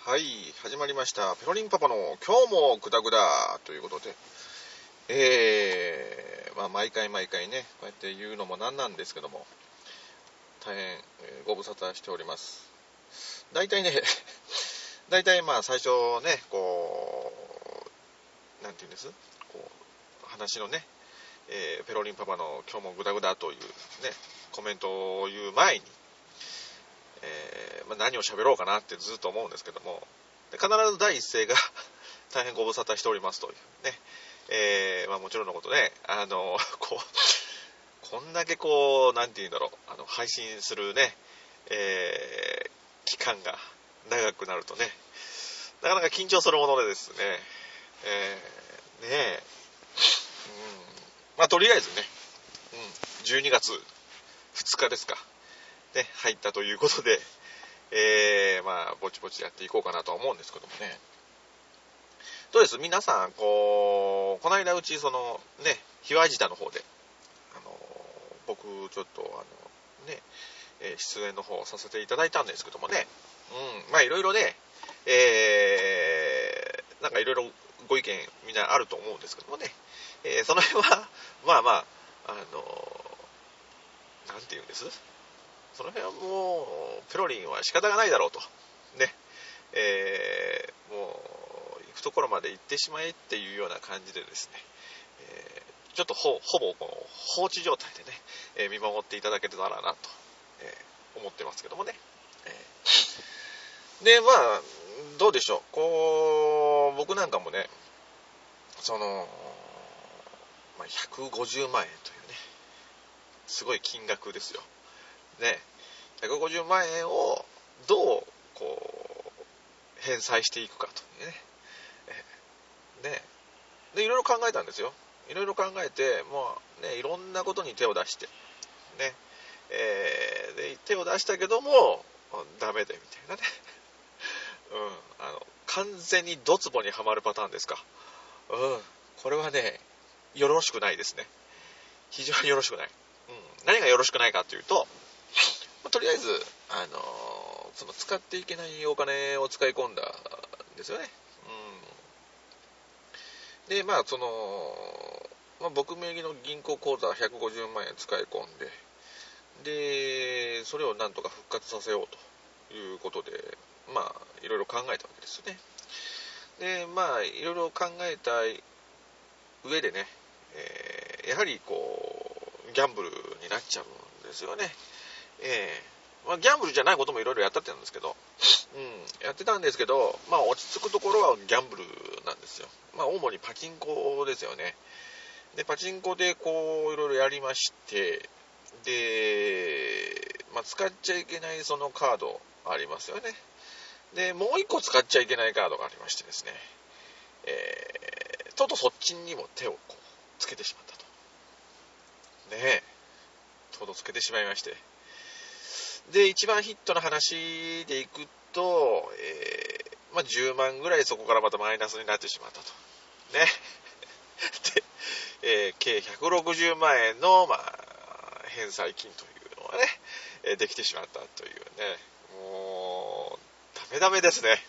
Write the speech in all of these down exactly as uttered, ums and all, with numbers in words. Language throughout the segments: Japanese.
はい、始まりました。ペロリンパパの今日もグダグダということで、えー、まあ毎回毎回ね、こうやって言うのもなんなんですけども、大変、えーご無沙汰しております。大体ね、大体まあ最初ね、こう、なんていうんですこう、話のね、えーペロリンパパの今日もグダグダというね、コメントを言う前に、えーまあ、何を喋ろうかなってずっと思うんですけども、必ず第一声が大変ご無沙汰しておりますというね、えーまあ、もちろんのことね、あのこうこんだけこうなんていうんだろう、あの配信するね、えー、期間が長くなるとね、なかなか緊張するものでですね、えー、ねえ、うん、まあとりあえずね、うん、じゅうにがつふつかですか、ね、入ったということで、えー、まあぼちぼちやっていこうかなとは思うんですけどもね。どうです皆さん、こうこの間うちそのねひわじたの方で、あの僕ちょっとあのね、えー、出演の方をさせていただいたんですけどもね、うん、まあいろいろね、えー、なんかいろいろご意見みんなあると思うんですけどもね、えー、その辺はまあまああのなんていうんです、その辺はもうペロリンは仕方がないだろうとね、えー、もう行くところまで行ってしまえっていうような感じでですね、えー、ちょっと ほ, ほぼこの放置状態でね、えー、見守っていただけたらなと、えー、思ってますけどもね、えー、でまあどうでしょう、こう僕なんかもねその、まあ、ひゃくごじゅうまんえんというねすごい金額ですよね。ひゃくごじゅうまんえんをどうこう返済していくかというね、えー、ねでいろいろ考えたんですよ。いろいろ考えてもうねいろんなことに手を出してね、えー、で手を出したけどもダメでみたいなね、うん、あの完全にドツボにはまるパターンですか。うん、これはねよろしくないですね。非常によろしくない。うん、何がよろしくないかというと、まあ、とりあえずあのー、その使っていけないお金を使い込んだんですよね。うん、でまあその、まあ、僕名義の銀行口座ひゃくごじゅうまんえん使い込んで、でそれをなんとか復活させようということでまあいろいろ考えたわけですね。でまあいろいろ考えた上でね、えー、やはりこうギャンブルになっちゃうんですよね。えーまあ、ギャンブルじゃないこともいろいろやったってたんですけど、うん、やってたんですけど、まあ落ち着くところはギャンブルなんですよ。まあ主にパチンコですよね。でパチンコでこういろいろやりまして、で、まあ、使っちゃいけないそのカードありますよね。でもう一個使っちゃいけないカードがありましてですね、えー、とうとうそっちにも手をこうつけてしまったとねえ、とうとうつけてしまいまして、で一番ヒットの話でいくと、えーまあ、じゅうまんぐらいそこからまたマイナスになってしまったとね。で、えー、計ひゃくろくじゅうまんえんの、まあ、返済金というのがね、えー、できてしまったというね、もうダメダメですね。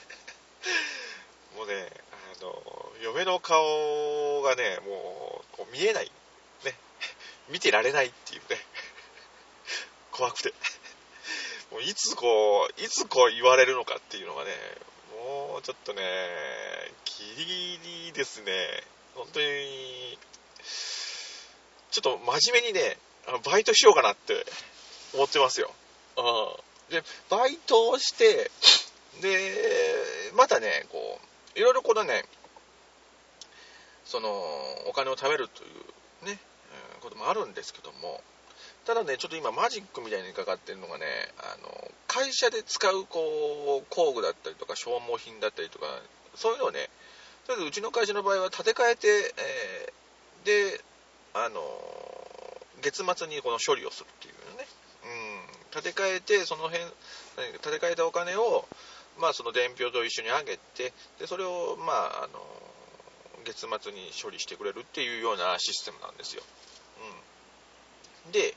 もうね、あの嫁の顔がねもうこう見えないね、見てられないっていうね、怖くてもういつこういつこう言われるのかっていうのがね、もうちょっとねギリギリですね。本当にちょっと真面目にねバイトしようかなって思ってますよ。うん、でバイトをしてでまたねこういろいろこのねそのお金を貯めるというね、うん、こともあるんですけども、ただねちょっと今マジックみたいにかかってるのがね、あの会社で使うこう工具だったりとか消耗品だったりとかそういうのをね、とりあえずうちの会社の場合は立て替えて、えー、であの月末にこの処理をするっていうね、うん、立て替えてその辺立て替えたお金をまあその伝票と一緒に上げて、でそれをまああの月末に処理してくれるっていうようなシステムなんですよ。うん、で、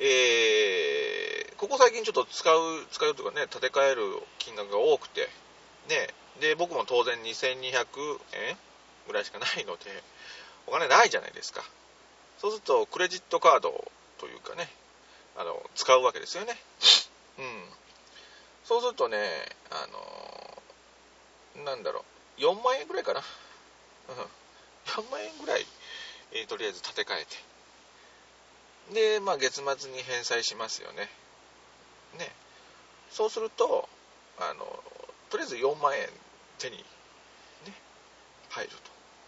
えー、ここ最近ちょっと使う使うとかね立て替える金額が多くて、 ね、で僕も当然にせんにひゃくえんぐらいしかないのでお金ないじゃないですか。そうするとクレジットカードというかね、あの使うわけですよね。うん。そうするとね、あのなんだろう、よんまんえんぐらいかな。うん。よんまんえんぐらい、えーとりあえず立て替えて、で、まあ月末に返済しますよね。ね。そうすると、あのとりあえずよんまんえん手にね入ると。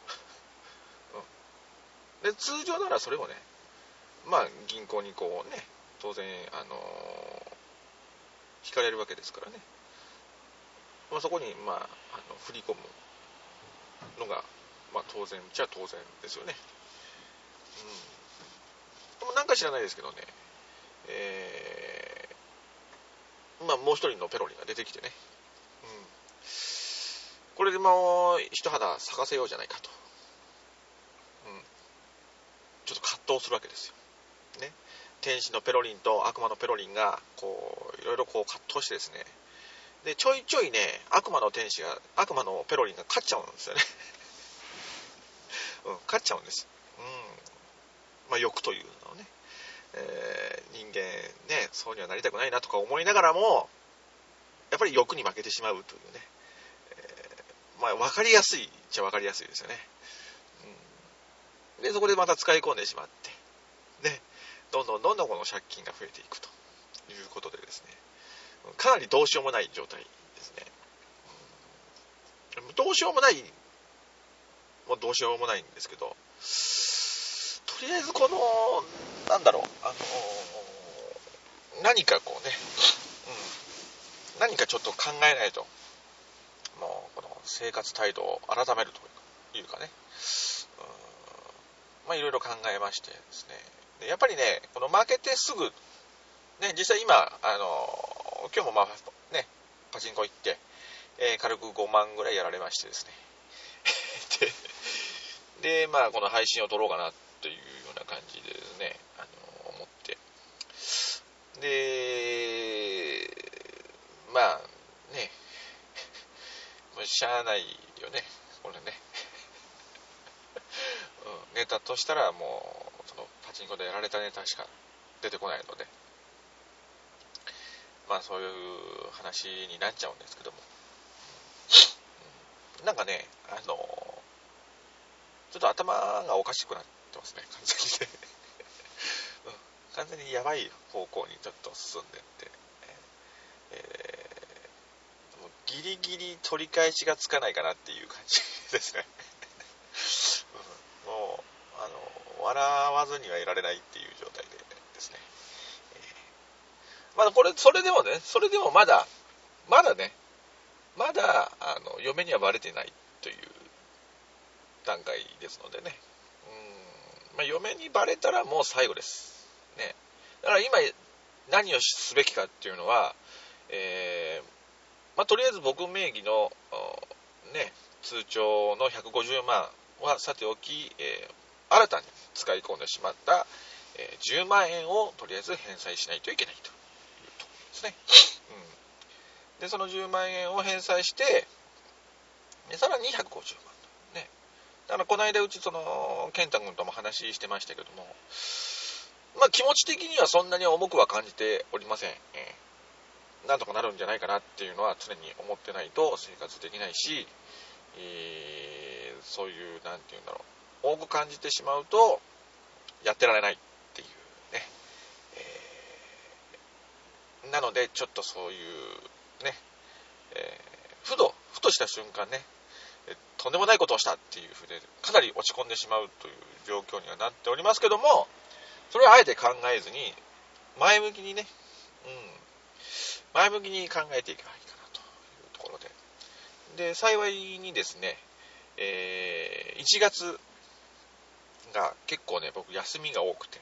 うん、で通常ならそれをね、まあ銀行にこうね、当然あの引かれるわけですからね。まあ、そこにまああの振り込むのが、まあ、当然じゃ当然ですよね。うん、でもなんか知らないですけどね、えー、まあもう一人のペロリが出てきてね、うん、これでもう一肌咲かせようじゃないかと、うん、ちょっと葛藤するわけですよ。ね、天使のペロリンと悪魔のペロリンがこういろいろこう葛藤してですね、でちょいちょいね悪魔の天使が悪魔のペロリンが勝っちゃうんですよね。うん、勝っちゃうんです。うん、まあ欲というのをね、えー、人間ねそうにはなりたくないなとか思いながらもやっぱり欲に負けてしまうというね、えー、まあ分かりやすいっちゃ分かりやすいですよね。うん、でそこでまた使い込んでしまってね、どんどんどんどんこの借金が増えていくということでですね、かなりどうしようもない状態ですね。どうしようもないもうどうしようもないんですけど、とりあえずこのなんだろう、あのー、何かこうね、うん、何かちょっと考えないと、もうこの生活態度を改めるというかね、うん、まあいろいろ考えましてですね、でやっぱりね、この負けてすぐね、実際今あのー、今日もまあねパチンコ行って、えー、軽くごまんぐらいやられましてですねででまあこの配信を撮ろうかなというような感じでですね、あのー、思ってでまあね、もうしゃあないよねこれね、うん、ネタとしたらもうそのパチンコでやられたネタしか出てこないので、まあそういう話になっちゃうんですけども、うん、なんかね、あのちょっと頭がおかしくなってますね、完全にね、うん、完全にやばい方向にちょっと進んでって、えー、もうギリギリ取り返しがつかないかなっていう感じですね、うん、もうあの笑わずにはいられないっていう状態でですね、えー、まだこれそれでもねそれでもまだまだねまだあの嫁にはバレてないという段階ですのでね、うん、まあ、嫁にバレたらもう最後ですね。だから今何をすべきかっていうのは、えーまあ、とりあえず僕名義の、ね、通帳のひゃくごじゅうまんはさておき、えー、新たに使い込んでしまった、えー、じゅうまんえんをとりあえず返済しないといけないというところですね。うん、でそのじゅうまんえんを返済してでさらにひゃくごじゅうまんね。だからこの間うちその健太君とも話してましたけども、まあ気持ち的にはそんなに重くは感じておりません。えー、なんとかなるんじゃないかなっていうのは常に思ってないと生活できないし、えー、そういうなんていうんだろう、重く感じてしまうとやってられないっていうね。えー、なのでちょっとそういうね、えー、ふとふとした瞬間ね、とんでもないことをしたっていうふうでかなり落ち込んでしまうという状況にはなっておりますけども、それはあえて考えずに前向きにね、うん、前向きに考えていけばいいかなというところで、で幸いにですね、えー、いちがつが結構ね僕休みが多くて、うん、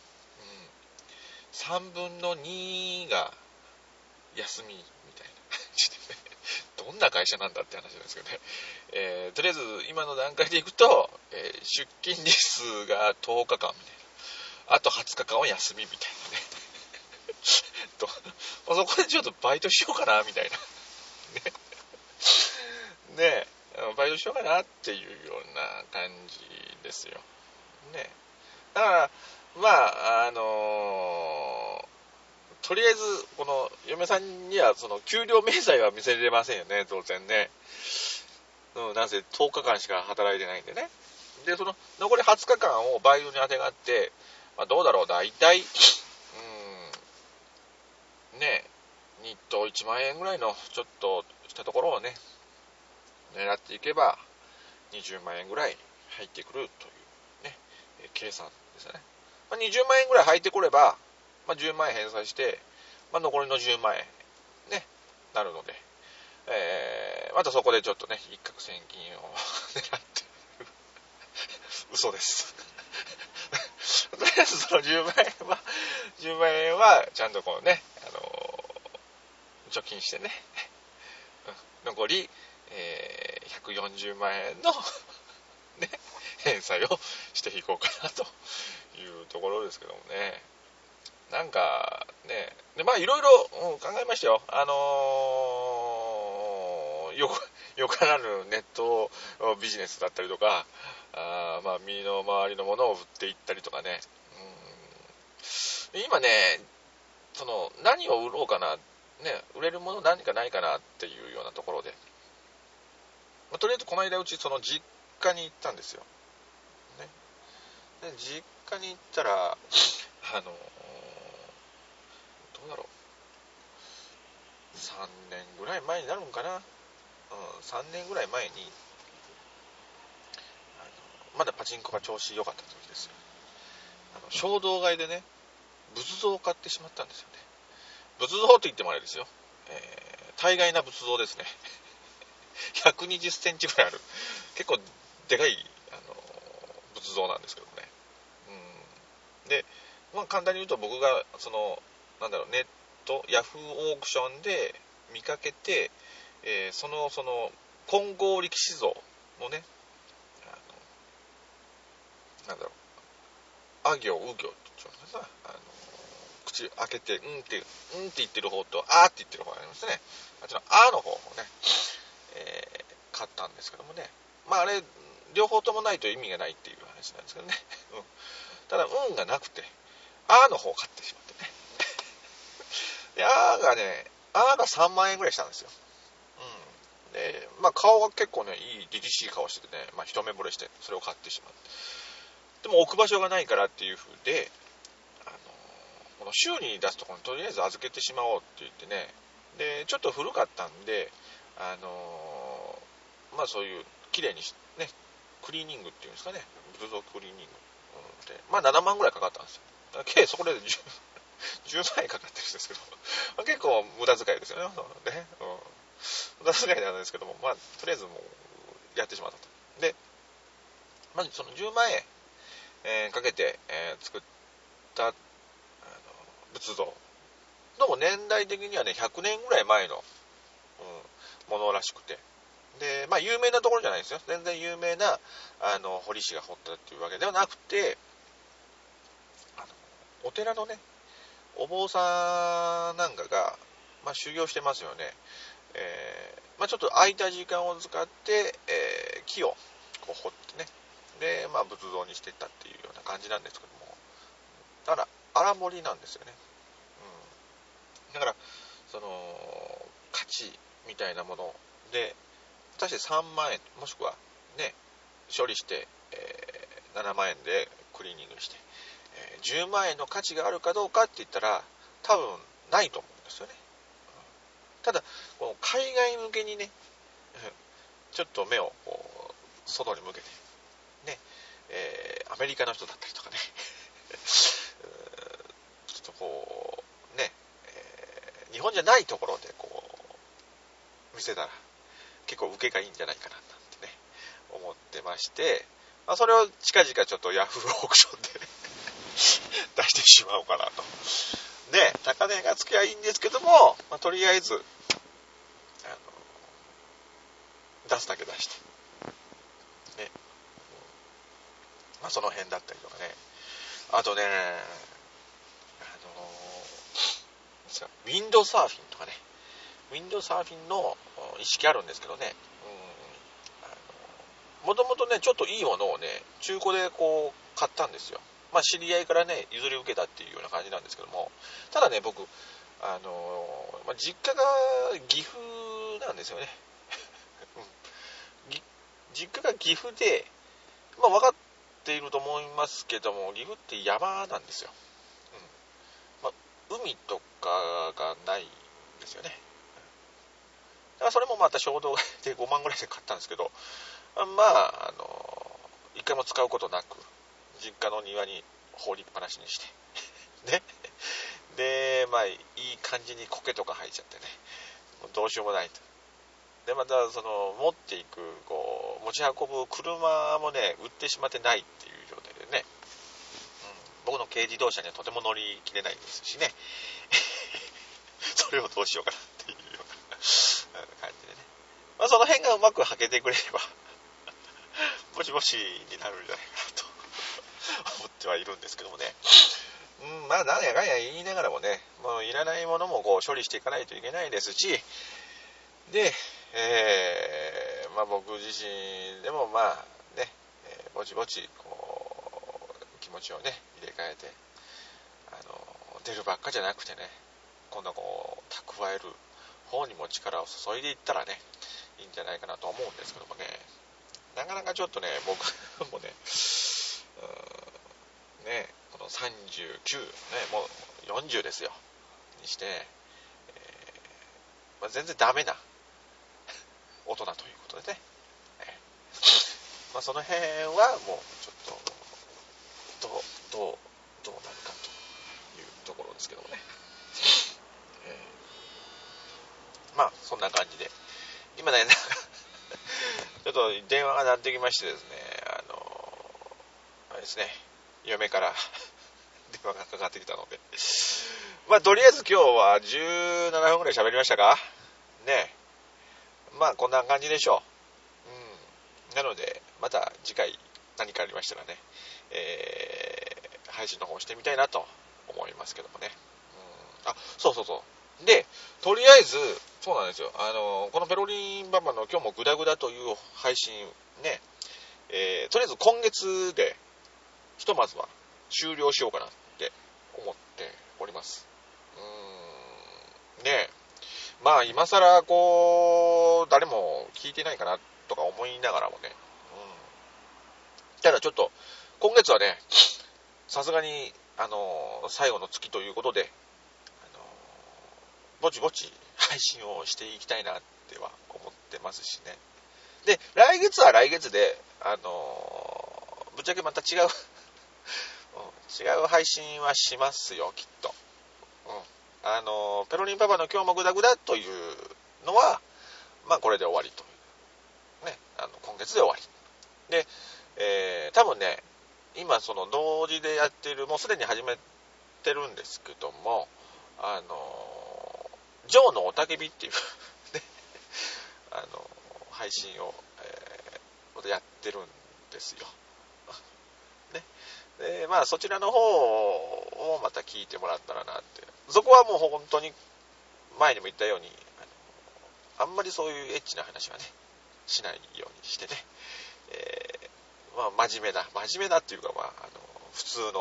さんぶんのにが休みみたいな感じでね、どんな会社なんだって話なんですけどね、えー、とりあえず今の段階でいくと、えー、出勤日数がとおかかんみたいな、あとはつかかんは休みみたいなねとそこでちょっとバイトしようかなみたいなね、 バイトしようかなっていうような感じですよね。だからまああのー、とりあえずこの嫁さんにはその給料明細は見せれませんよね、当然ね。うん、なんせとおかかんしか働いてないんでね。でその残りはつかかんをバイトにあてがって、まあ、どうだろう、だいたいうんね日当いちまんえんぐらいのちょっとしたところをね狙っていけばにじゅうまんえんぐらい入ってくるというね、えー、計算ですよね。まあ、にじゅうまんえんぐらい入ってくれば、まあ、じゅうまんえん返済して、まあ、残りのじゅうまんえんねなるので、えー、またそこでちょっとね一攫千金を狙って嘘ですとりあえずそのじゅうまんえんはじゅうまんえんはちゃんとこうね、あのー、貯金してね残り、えー、ひゃくよんじゅうまんえんのね返済をしていこうかなというところですけどもね。なんかね、でまあいろいろ考えましたよ。あのー、よくよからぬネットビジネスだったりとか、あまあ身の回りのものを売っていったりとかね。うん今ね、その何を売ろうかな、ね、売れるもの何かないかなっていうようなところで、まあ、とりあえずこの間うちその実家に行ったんですよ。ね、で実家に行ったらあのどうだろうさんねんぐらい前になるんかな、うん、さんねんぐらい前にあのまだパチンコが調子良かった時ですよ。あの衝動買いでね仏像を買ってしまったんですよね。仏像と言ってもあれですよ、えー、大概な仏像ですねひゃくにじゅっセンチぐらいある結構でかい、あの仏像なんですけどね。うんで、まあ、簡単に言うと僕がそのなんだろうネットヤフーオークションで見かけて、えー、そのその金剛力士像のね、あのなんだろうあ行う行って言うのかな、あの口開けてうんってうんって言ってる方とあーって言ってる方がありますね。あっちのあーの方をね、えー、買ったんですけどもね。まああれ両方ともないと意味がないっていう話なんですけどね。うん、ただ運がなくてあーの方を買ってしまってね。であーがねあーがさんまんえんぐらいしたんですよ。うん、でまあ顔が結構ねいい凛々しい顔しててね、まあ、一目惚れしてそれを買ってしまって、でも置く場所がないからっていう風で、あのこの修理に出すところにとりあえず預けてしまおうって言ってね、でちょっと古かったんで、あのまあそういう綺麗にねクリーニングっていうんですかね、仏像クリーニング、うん、でまあななまんぐらいかかったんですよ。だから計そこでじゅうまんえんかかってるんですけど、まあ、結構無駄遣いですよね。ね、うん、無駄遣いなんですけども、まあとりあえずもうやってしまったと。で、まずそのじゅうまんえん、えー、かけて、えー、作ったあの仏像。どうも年代的にはねひゃくねんぐらい前の、うん、ものらしくて。で、まあ有名なところじゃないですよ。全然有名なあの彫り師が彫ったっていうわけではなくて、あのお寺のねお坊さんなんかが、まあ、修行してますよね。えーまあ、ちょっと空いた時間を使って、えー木をこう掘ってね、で、まあ、仏像にしていったっていうような感じなんですけども、だから荒彫りなんですよね。うん、だからその価値みたいなもので果たしてさんまんえんもしくはね処理して、えー、ななまんえんでクリーニングして、えー、じゅうまんえんの価値があるかどうかって言ったら多分ないと思うんですよね。ただこの海外向けにねちょっと目をこう外に向けてね、えー、アメリカの人だったりとかねちょっとこうね、えー、日本じゃないところでこう見せたら結構受けがいいんじゃないかななんてね思ってまして、まあ、それを近々ちょっとヤフーオークションで出してしまおうかなと。で高値がつきゃいいんですけども、まあ、とりあえずあの出すだけ出してね、まあ、その辺だったりとかね。あとね、あのウィンドサーフィンとかね、ウィンドサーフィンの意識あるんですけどね、うん、あのもともとねちょっといいものをね中古でこう買ったんですよ。まあ知り合いからね譲り受けたっていうような感じなんですけども、ただね僕あのーまあ、実家が岐阜なんですよね、うん、実家が岐阜で、まあ、分かっていると思いますけども、岐阜って山なんですよ、うんまあ、海とかがないんですよね。だからそれもまた衝動でごまんぐらいで買ったんですけど、まあ、あの一回も使うことなく実家の庭に放りっぱなしにしてね、でまあいい感じに苔とか生えちゃってね、もうどうしようもないと。でまたその持っていくこう持ち運ぶ車もね売ってしまってないっていう状態でね、うん、僕の軽自動車にはとても乗り切れないですしねそれをどうしようかなっていうような感じでね、まあ、その辺がうまく履けてくれればもしもしになるんじゃないかなと思ってはいるんですけどもね。うん、まあ何やかんや言いながらもね、もういらないものもこう処理していかないといけないですし、で、えー、まあ僕自身でもまあね、えー、ぼちぼちこう気持ちをね入れ替えて、あの出るばっかじゃなくてね、今度はこう蓄える方にも力を注いでいったらねいいんじゃないかなと思うんですけどもね、なかなかちょっとね僕もね、うんね、このさんじゅうきゅう、ね、もうよんじゅうですよにして、えーまあ、全然ダメな大人ということでね、えーまあ、その辺はもうちょっとどうどうどうなるかというところですけどもね、えー、まあそんな感じで今ねちょっと電話が鳴ってきましてですね、あのあれですね、嫁から電話がかかってきたので、まあとりあえず今日はじゅうななふんぐらい喋りましたかね。まあこんな感じでしょう。うん。なのでまた次回何かありましたらね、えー、配信の方してみたいなと思いますけどもね。うん。あ、そうそうそう。で、とりあえずそうなんですよ。あのこのペロリンバンバンの今日もグダグダという配信ね、えー、とりあえず今月でひとまずは終了しようかなって思っております。うーんね、まあ今更こう誰も聞いてないかなとか思いながらもね、うん、ただちょっと今月はねさすがにあの最後の月ということで、あのぼちぼち配信をしていきたいなっては思ってますしね。で来月は来月であのぶっちゃけまた違う違う配信はしますよきっと、うん、あのペロリンパパの今日もグダグダというのはまあこれで終わりとね、あの今月で終わりで、えー、多分ね今その同時でやってるもうすでに始めてるんですけども、あのジョーのおたけびっていうねあの配信を、えー、やってるんですよね。でまあそちらの方をまた聞いてもらったらなって、そこはもう本当に前にも言ったように あ, あんまりそういうエッチな話はねしないようにしてね、えー、まあ真面目な真面目なっていうかまああの普通の、うん、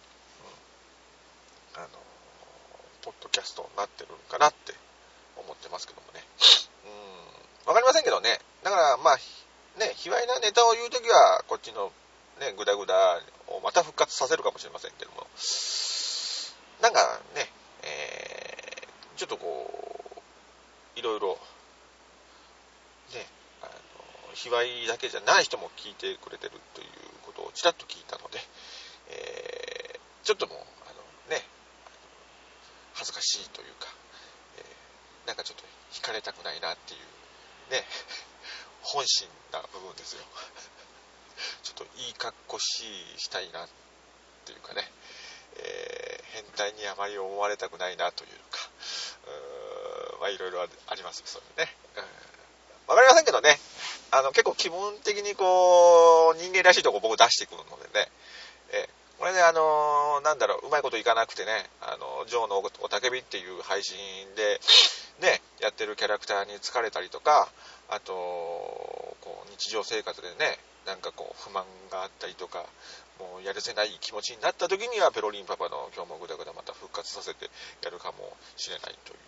あのポッドキャストになってるかなって思ってますけどもね、うん、わかりませんけどね。だからまあね、卑猥なネタを言うときはこっちのねグダグダをまた復活させるかもしれませんけども、なんかね、えー、ちょっとこういろいろね、あの卑猥だけじゃない人も聞いてくれてるということをちらっと聞いたので、えー、ちょっともうあのね恥ずかしいというか、えー、なんかちょっと惹かれたくないなっていうね本心な部分ですよちょっといい格好ししたいなっていうかね、えー、変態にあまり思われたくないなというか、うーん、まあいろいろありますそれね、うん、わかりませんけどね、あの結構気分的にこう人間らしいとこ僕出してくるのでね、えー、これねあのー、なんだろううまいこといかなくてね、あのジョーのおたけびっていう配信でねやってるキャラクターに疲れたりとか、あとこう日常生活でねなんかこう不満があったりとか、もうやるせない気持ちになった時にはペロリンパパの今日もぐだぐだまた復活させてやるかもしれないという、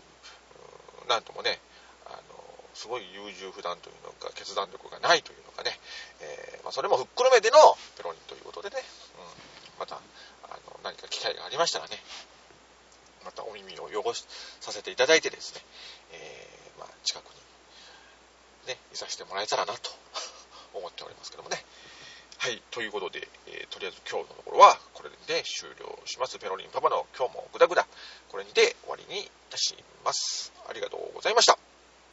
なんともね、あのすごい優柔不断というのか決断力がないというのかね、えーまあ、それもふっくるめてのペロリンということでね、うん、またあの何か機会がありましたらね、またお耳を汚させていただいてですね、えーまあ、近くにねいさせてもらえたらなと思っておりますけどもね。はい、ということで、えー、とりあえず今日のところはこれで終了します。ペロリンパパの今日もグダグダ、これにて終わりにいたします。ありがとうございました。